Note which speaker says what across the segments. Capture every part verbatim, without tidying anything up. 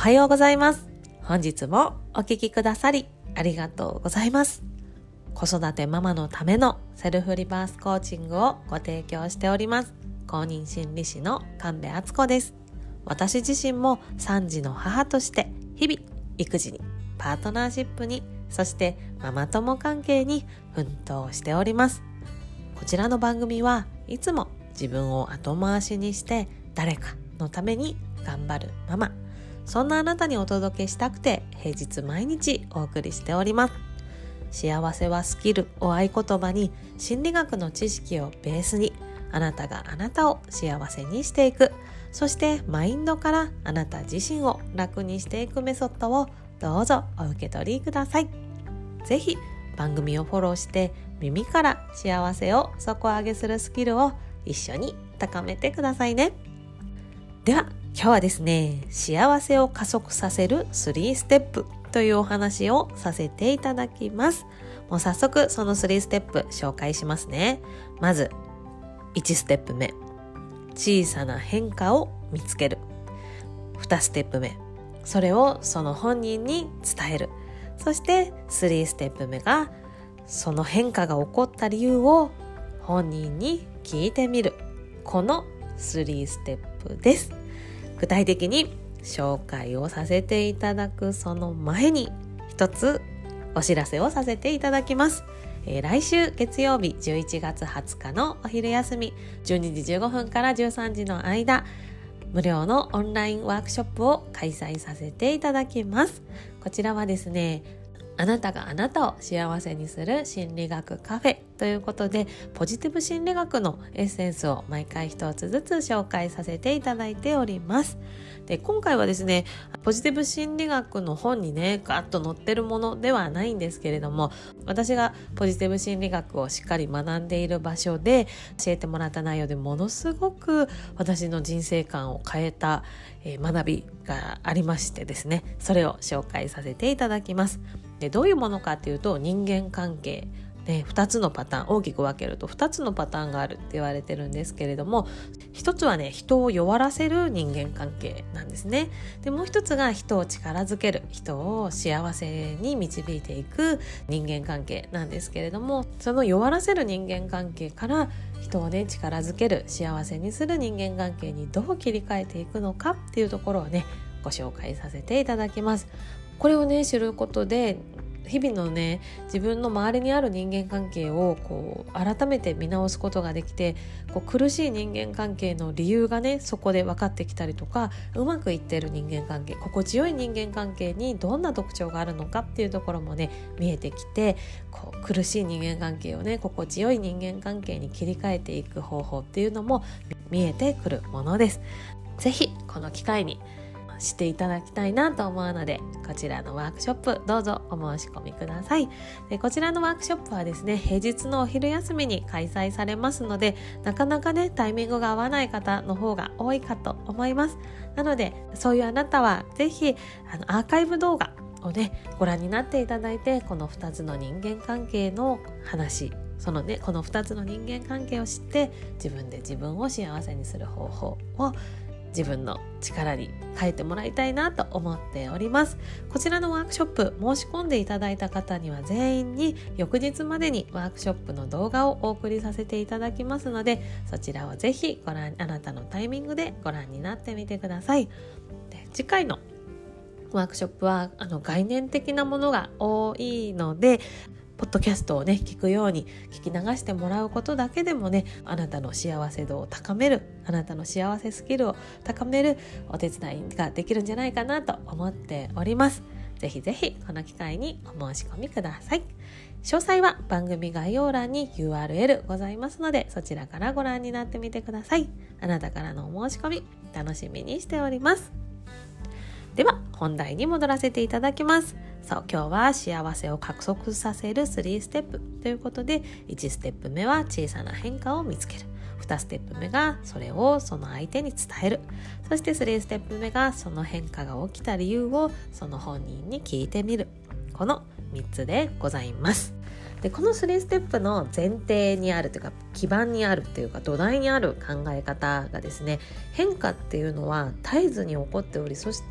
Speaker 1: はようございます。本日もお聞きくださりありがとうございます。子育てママのためのセルフリバースコーチングをご提供しております公認心理師の神戸敦子です。私自身もさん児の母として日々育児にパートナーシップにそしてママ友関係に奮闘しております。こちらの番組はいつも自分を後回しにして誰かのために頑張るママ、そんなあなたにお届けしたくて平日毎日お送りしております。幸せはスキルを合言葉に心理学の知識をベースにあなたがあなたを幸せにしていく、そしてマインドからあなた自身を楽にしていくメソッドをどうぞお受け取りください。ぜひ番組をフォローして耳から幸せを底上げするスキルを一緒に高めてくださいね。では今日はですね、幸せを加速させるスリーステップというお話をさせていただきます。もう早速そのスリーステップ紹介しますね。まずいちステップ目、小さな変化を見つける。にステップ目、それをその本人に伝える。そしてさんステップ目がその変化が起こった理由を本人に聞いてみる。このさんステップです。具体的に紹介をさせていただくその前に一つお知らせをさせていただきます。えー、来週月曜日じゅういちがつはつかのお昼休みじゅうにじじゅうごふんからじゅうさんじの間、無料のオンラインワークショップを開催させていただきます。こちらはですね、あなたがあなたを幸せにする心理学カフェということで、ポジティブ心理学のエッセンスを毎回一つずつ紹介させていただいております。で、今回はですね、ポジティブ心理学の本にねガッと載ってるものではないんですけれども、私がポジティブ心理学をしっかり学んでいる場所で教えてもらった内容でものすごく私の人生観を変えた学びがありましてですね、それを紹介させていただきます。で、どういうものかというと、人間関係でふたつのパターン、大きく分けるとふたつのパターンがあるって言われてるんですけれども、ひとつはね、人を弱らせる人間関係なんですね。で、もう一つが人を力づける、人を幸せに導いていく人間関係なんですけれども、その弱らせる人間関係から人をね力づける、幸せにする人間関係にどう切り替えていくのかっていうところをねご紹介させていただきます。これをね知ることで日々のね自分の周りにある人間関係をこう改めて見直すことができて、こう苦しい人間関係の理由がねそこで分かってきたりとか、うまくいっている人間関係、心地よい人間関係にどんな特徴があるのかっていうところもね見えてきて、こう苦しい人間関係をね心地よい人間関係に切り替えていく方法っていうのも見えてくるものです。ぜひこの機会にしていただきたいなと思うので、こちらのワークショップどうぞお申し込みください。で、こちらのワークショップはですね、平日のお昼休みに開催されますので、なかなかねタイミングが合わない方の方が多いかと思います。なのでそういうあなたはぜひあのアーカイブ動画をねご覧になっていただいて、このふたつの人間関係の話、そのねこのふたつの人間関係を知って自分で自分を幸せにする方法を自分の力に変えてもらいたいなと思っております。こちらのワークショップ申し込んでいただいた方には全員に翌日までにワークショップの動画をお送りさせていただきますので、そちらをぜひご覧あなたのタイミングでご覧になってみてください。で、次回のワークショップはあの概念的なものが多いので、ポッドキャストをね聞くように聞き流してもらうことだけでもね、あなたの幸せ度を高める、あなたの幸せスキルを高めるお手伝いができるんじゃないかなと思っております。ぜひぜひこの機会にお申し込みください。詳細は番組概要欄に ユーアールエル ございますので、そちらからご覧になってみてください。あなたからのお申し込み楽しみにしております。では本題に戻らせていただきます。そう、今日は幸せを加速させるさんステップということで、いちステップ目は小さな変化を見つける、にステップ目がそれをその相手に伝える、そしてさんステップ目がその変化が起きた理由をその本人に聞いてみる。このみっつでございます。で、このさんステップの前提にあるというか基盤にあるというか土台にある考え方がですね、変化っていうのは絶えずに起こっており、そして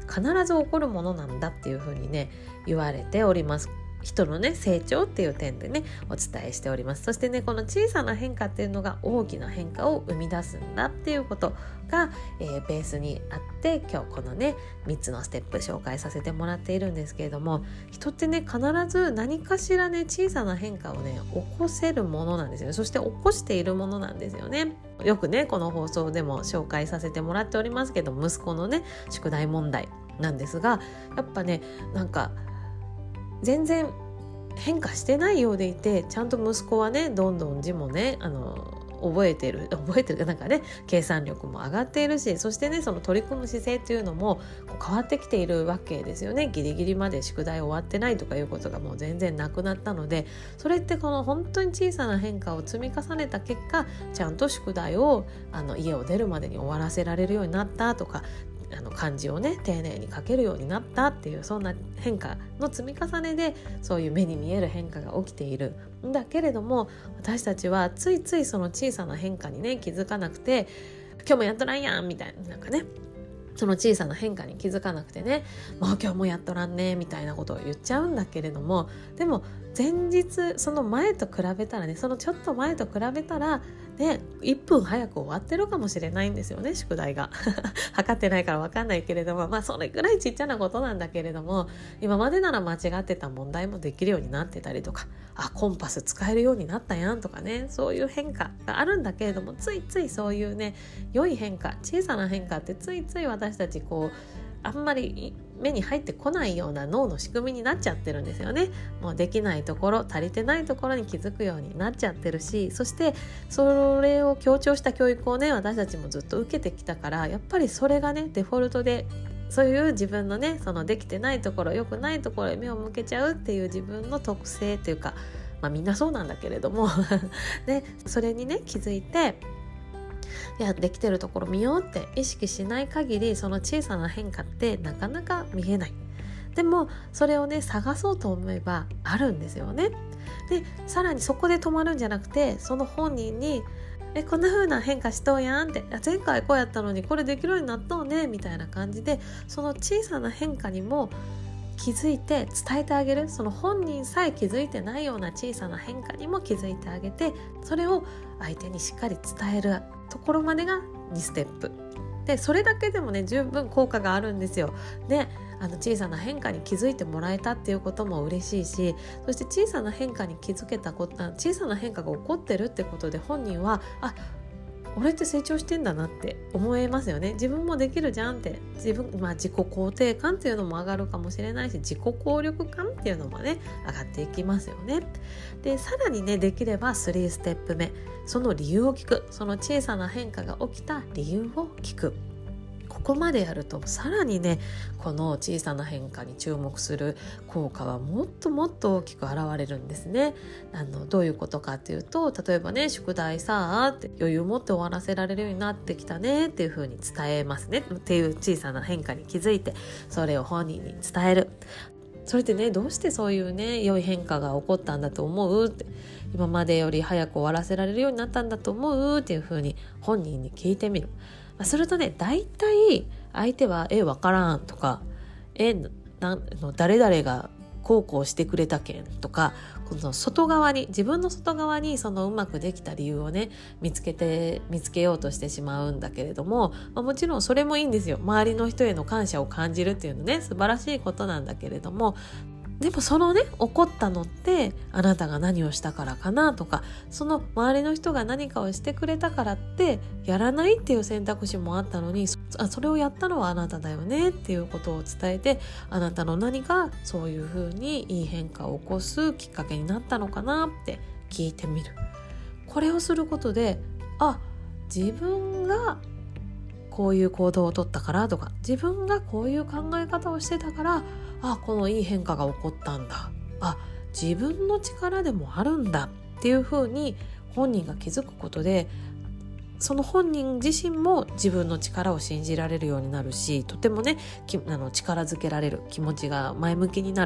Speaker 1: 必ず起こるものなんだっていうふうにね言われております。人のね成長っていう点でねお伝えしております。そしてねこの小さな変化っていうのが大きな変化を生み出すんだっていうことが、えー、ベースにあって今日このねみっつのステップ紹介させてもらっているんですけれども、人ってね必ず何かしらね小さな変化をね起こせるものなんですよね。そして起こしているものなんですよね。よくねこの放送でも紹介させてもらっておりますけど、息子のね宿題問題なんですが、やっぱねなんか全然変化してないようでいて、ちゃんと息子はねどんどん字もねあの覚えてる覚えてるなんかね計算力も上がっているし、そしてねその取り組む姿勢っていうのもこう変わってきているわけですよね。ギリギリまで宿題終わってないとかいうことがもう全然なくなったので、それってこの本当に小さな変化を積み重ねた結果、ちゃんと宿題をあの家を出るまでに終わらせられるようになったとか、あの漢字をね丁寧に書けるようになったっていう、そんな変化の積み重ねでそういう目に見える変化が起きているんだけれども、私たちはついついその小さな変化にね気づかなくて、今日もやっとらんやんみたいな、なんかねその小さな変化に気づかなくてね、もう今日もやっとらんねみたいなことを言っちゃうんだけれども、でも前日その前と比べたらね、そのちょっと前と比べたらねいっぷん早く終わってるかもしれないんですよね、宿題が測ってないから分かんないけれども、まあそれぐらいちっちゃなことなんだけれども、今までなら間違ってた問題もできるようになってたりとか、あコンパス使えるようになったやんとかね、そういう変化があるんだけれども、ついついそういうね良い変化、小さな変化ってついつい私たちこうあんまり目に入ってこないような脳の仕組みになっちゃってるんですよね。もうできないところ、足りてないところに気づくようになっちゃってるし、そしてそれを強調した教育をね私たちもずっと受けてきたから、やっぱりそれがねデフォルトでそういう自分のねそのできてないところ、良くないところへ目を向けちゃうっていう自分の特性っていうか、まあみんなそうなんだけれどもでそれにね気づいて、いやできてるところ見ようって意識しない限り、その小さな変化ってなかなか見えない。でもそれをね探そうと思えばあるんですよね。でさらにそこで止まるんじゃなくて、その本人にえこんな風な変化しとうやんって、前回こうやったのにこれできるようになったのねみたいな感じで、その小さな変化にも気づいて伝えてあげる。その本人さえ気づいてないような小さな変化にも気づいてあげて、それを相手にしっかり伝えるところまでがにステップで、それだけでもね十分効果があるんですよ。であの小さな変化に気づいてもらえたっていうことも嬉しいし、そして小さな変化に気づけたこと、小さな変化が起こってるってことで本人はあ俺って成長してんだなって思えますよね。自分もできるじゃんって、自分、まあ、自己肯定感っていうのも上がるかもしれないし、自己効力感っていうのもね上がっていきますよね。でさらにねできればさんステップ目、その理由を聞く。その小さな変化が起きた理由を聞く。ここまでやるとさらにねこの小さな変化に注目する効果はもっともっと大きく現れるんですね。あのどういうことかっていうと、例えばね宿題さあって余裕持って終わらせられるようになってきたねっていう風に伝えますねっていう小さな変化に気づいて、それを本人に伝える。それってねどうしてそういうね良い変化が起こったんだと思うって、今までより早く終わらせられるようになったんだと思うっていう風に本人に聞いてみる。するとね大体相手はえわからんとか、えなの誰々がこうこうしてくれたけんとか、この外側に自分の外側にそのうまくできた理由をね見つけて見つけようとしてしまうんだけれども、まあ、もちろんそれもいいんですよ。周りの人への感謝を感じるっていうのね素晴らしいことなんだけれども、でもそのね起こったのってあなたが何をしたからかなとか、その周りの人が何かをしてくれたからってやらないっていう選択肢もあったのに、そ, それをやったのはあなただよねっていうことを伝えて、あなたの何がそういうふうにいい変化を起こすきっかけになったのかなって聞いてみる。これをすることで、あ自分がこういう行動を取ったからとか、自分がこういう考え方をしてたから、あこのいい変化が起こったんだ、あ自分の力でもあるんだっていうふうに本人が気づくことで、その本人自身も自分の力を信じられるようになるし、とてもねきあの力づけられる気持ちが前向きになる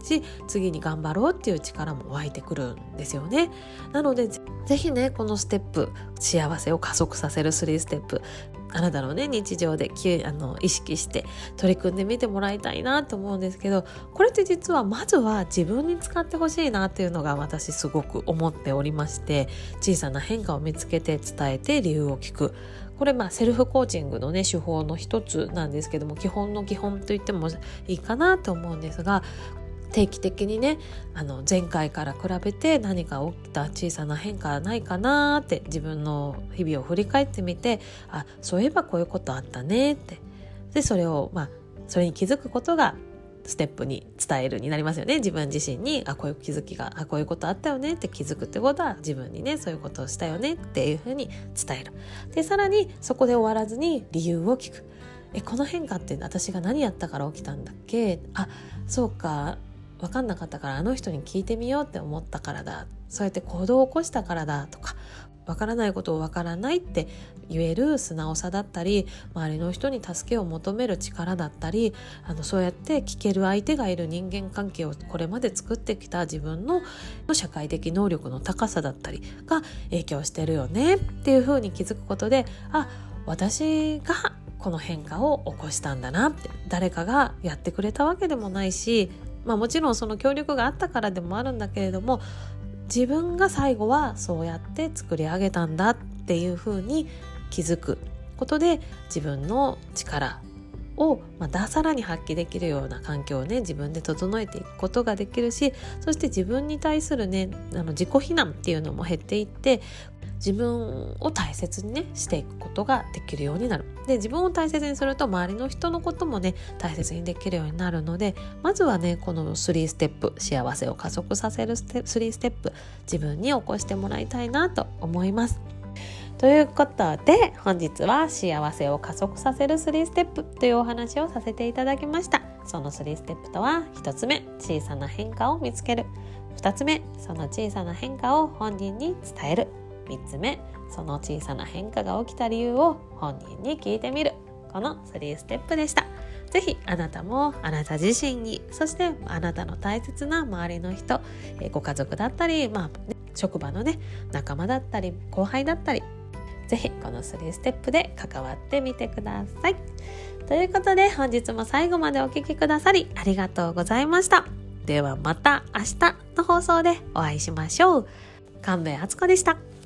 Speaker 1: し、次に頑張ろうっていう力も湧いてくるんですよね。なのでぜひね、このステップ、幸せを加速させるスリーステップ、あなたのね日常できあの意識して取り組んでみてもらいたいなと思うんですけど、これって実はまずは自分に使ってほしいなっていうのが私すごく思っておりまして、小さな変化を見つけて伝えて理由を聞く、これまあセルフコーチングのね手法の一つなんですけども、基本の基本と言ってもいいかなと思うんですが、定期的にね、あの前回から比べて何か起きた小さな変化ないかなって自分の日々を振り返ってみて、あ、そういえばこういうことあったねって、でそれをまあそれに気づくことがステップに伝えるになりますよね。自分自身にあこういう気づきがあこういうことあったよねって気づくってことは、自分にねそういうことをしたよねっていうふうに伝える。でさらにそこで終わらずに理由を聞く。えこの変化って私が何やったから起きたんだっけ、あそうか分かんなかったからあの人に聞いてみようって思ったからだ、そうやって行動を起こしたからだとか、分からないことを分からないって言える素直さだったり、周りの人に助けを求める力だったり、あのそうやって聞ける相手がいる人間関係をこれまで作ってきた自分の社会的能力の高さだったりが影響してるよねっていうふうに気づくことで、あ私がこの変化を起こしたんだなって、誰かがやってくれたわけでもないし、まあ、もちろんその協力があったからでもあるんだけれども、自分が最後はそうやって作り上げたんだっていうふうに気づくことで、自分の力をまたさらに発揮できるような環境をね自分で整えていくことができるし、そして自分に対するねあの自己非難っていうのも減っていって、自分を大切にねしていくことができるようになる。で自分を大切にすると周りの人のこともね大切にできるようになるので、まずはねこのスリーステップ、幸せを加速させるステスリーステップ、自分に起こしてもらいたいなと思います。ということで本日は幸せを加速させるスリーステップというお話をさせていただきました。そのスリーステップとは、ひとつめ、小さな変化を見つける。ふたつめ、その小さな変化を本人に伝える。みっつめ、その小さな変化が起きた理由を本人に聞いてみる。このスリーステップでした。ぜひあなたもあなた自身に、そしてあなたの大切な周りの人、ご家族だったり、まあね、職場のね仲間だったり後輩だったり、ぜひこのスリーステップで関わってみてください。ということで本日も最後までお聞きくださりありがとうございました。ではまた明日の放送でお会いしましょう。神戸敦子でした。